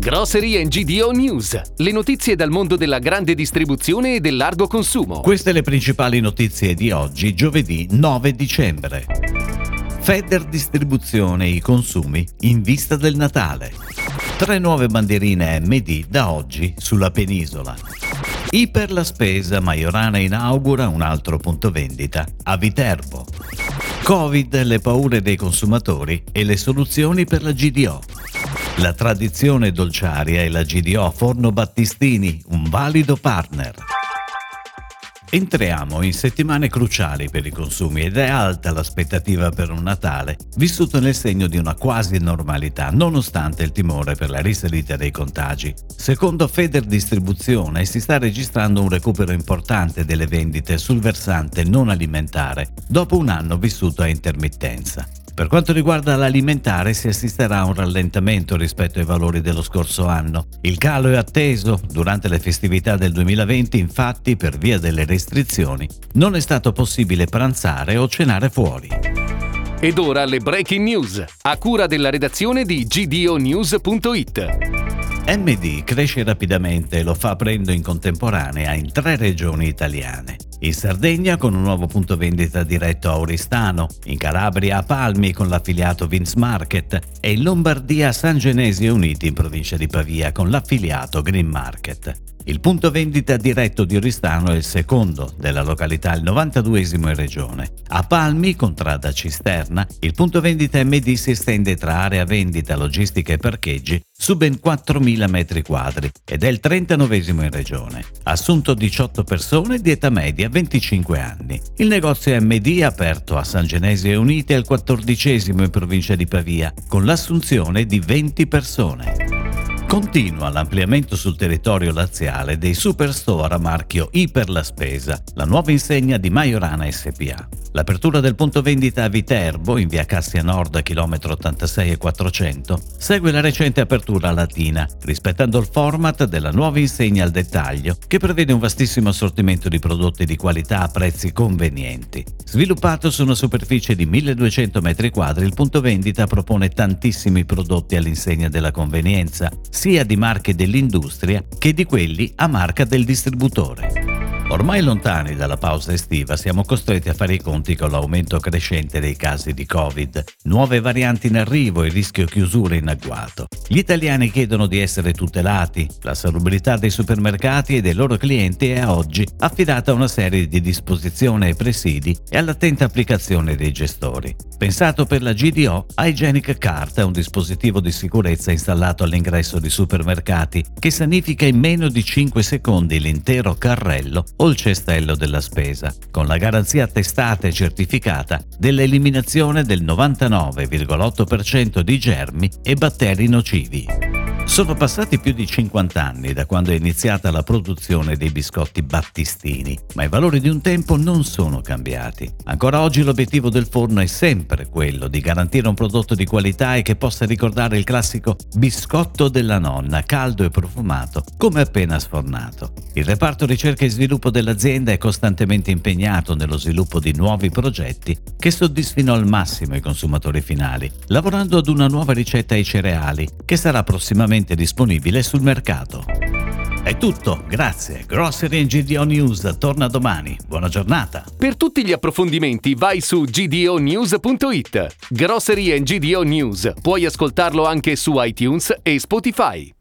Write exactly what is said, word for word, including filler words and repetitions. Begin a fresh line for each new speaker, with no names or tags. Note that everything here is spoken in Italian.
Grocery and G D O News, le notizie dal mondo della grande distribuzione e del largo consumo.
Queste le principali notizie di oggi, giovedì nove dicembre. Federdistribuzione i consumi in vista del Natale. Tre nuove bandierine M D da oggi sulla penisola. Iper la Spesa, Majorana inaugura un altro punto vendita a Viterbo. Covid, le paure dei consumatori e le soluzioni per la G D O. La tradizione dolciaria e la G D O Forno Battistini, un valido partner. Entriamo in settimane cruciali per i consumi ed è alta l'aspettativa per un Natale, vissuto nel segno di una quasi normalità, nonostante il timore per la risalita dei contagi. Secondo Federdistribuzione si sta registrando un recupero importante delle vendite sul versante non alimentare, dopo un anno vissuto a intermittenza. Per quanto riguarda l'alimentare si assisterà a un rallentamento rispetto ai valori dello scorso anno. Il calo è atteso. Durante le festività del duemilaventi, infatti, per via delle restrizioni, non è stato possibile pranzare o cenare fuori.
Ed ora le breaking news, a cura della redazione di G D O news punto it.
M D cresce rapidamente e lo fa aprendo in contemporanea in tre regioni italiane. In Sardegna con un nuovo punto vendita diretto a Oristano, in Calabria a Palmi con l'affiliato Vince Market e in Lombardia a San Genesio e Uniti in provincia di Pavia con l'affiliato Green Market. Il punto vendita diretto di Oristano è il secondo della località, il novantaduesimo in regione. A Palmi, contrada Cisterna, il punto vendita M D si estende tra area vendita, logistica e parcheggi su ben quattromila metri quadri ed è il trentanovesimo in regione. Assunto diciotto persone di età media venticinque anni. Il negozio M D è aperto a San Genesio e Uniti è il quattordicesimo in provincia di Pavia con l'assunzione di venti persone. Continua l'ampliamento sul territorio laziale dei superstore a marchio Iper la Spesa, la nuova insegna di Majorana S P A. L'apertura del punto vendita a Viterbo, in via Cassia Nord, chilometro ottantasei e quattrocento, segue la recente apertura a Latina, rispettando il format della nuova insegna al dettaglio, che prevede un vastissimo assortimento di prodotti di qualità a prezzi convenienti. Sviluppato su una superficie di milleduecento metri quadri, il punto vendita propone tantissimi prodotti all'insegna della convenienza, sia di marche dell'industria che di quelli a marca del distributore. Ormai lontani dalla pausa estiva, siamo costretti a fare i conti con l'aumento crescente dei casi di Covid, nuove varianti in arrivo e il rischio chiusura in agguato. Gli italiani chiedono di essere tutelati, la salubrità dei supermercati e dei loro clienti è a oggi affidata a una serie di disposizioni e presidi e all'attenta applicazione dei gestori. Pensato per la G D O, Hygienic Cart è un dispositivo di sicurezza installato all'ingresso di supermercati che sanifica in meno di cinque secondi l'intero carrello o il cestello della spesa, con la garanzia attestata e certificata dell'eliminazione del novantanove virgola otto per cento di germi e batteri nocivi. Sono passati più di cinquanta anni da quando è iniziata la produzione dei biscotti Battistini, ma i valori di un tempo non sono cambiati. Ancora oggi l'obiettivo del forno è sempre quello di garantire un prodotto di qualità e che possa ricordare il classico biscotto della nonna, caldo e profumato, come appena sfornato. Il reparto ricerca e sviluppo dell'azienda è costantemente impegnato nello sviluppo di nuovi progetti che soddisfino al massimo i consumatori finali, lavorando ad una nuova ricetta ai cereali che sarà prossimamente disponibile sul mercato. È tutto, grazie. Grocery and G D O News torna domani. Buona giornata.
Per tutti gli approfondimenti vai su G D O news punto it. Grocery and G D O News. Puoi ascoltarlo anche su iTunes e Spotify.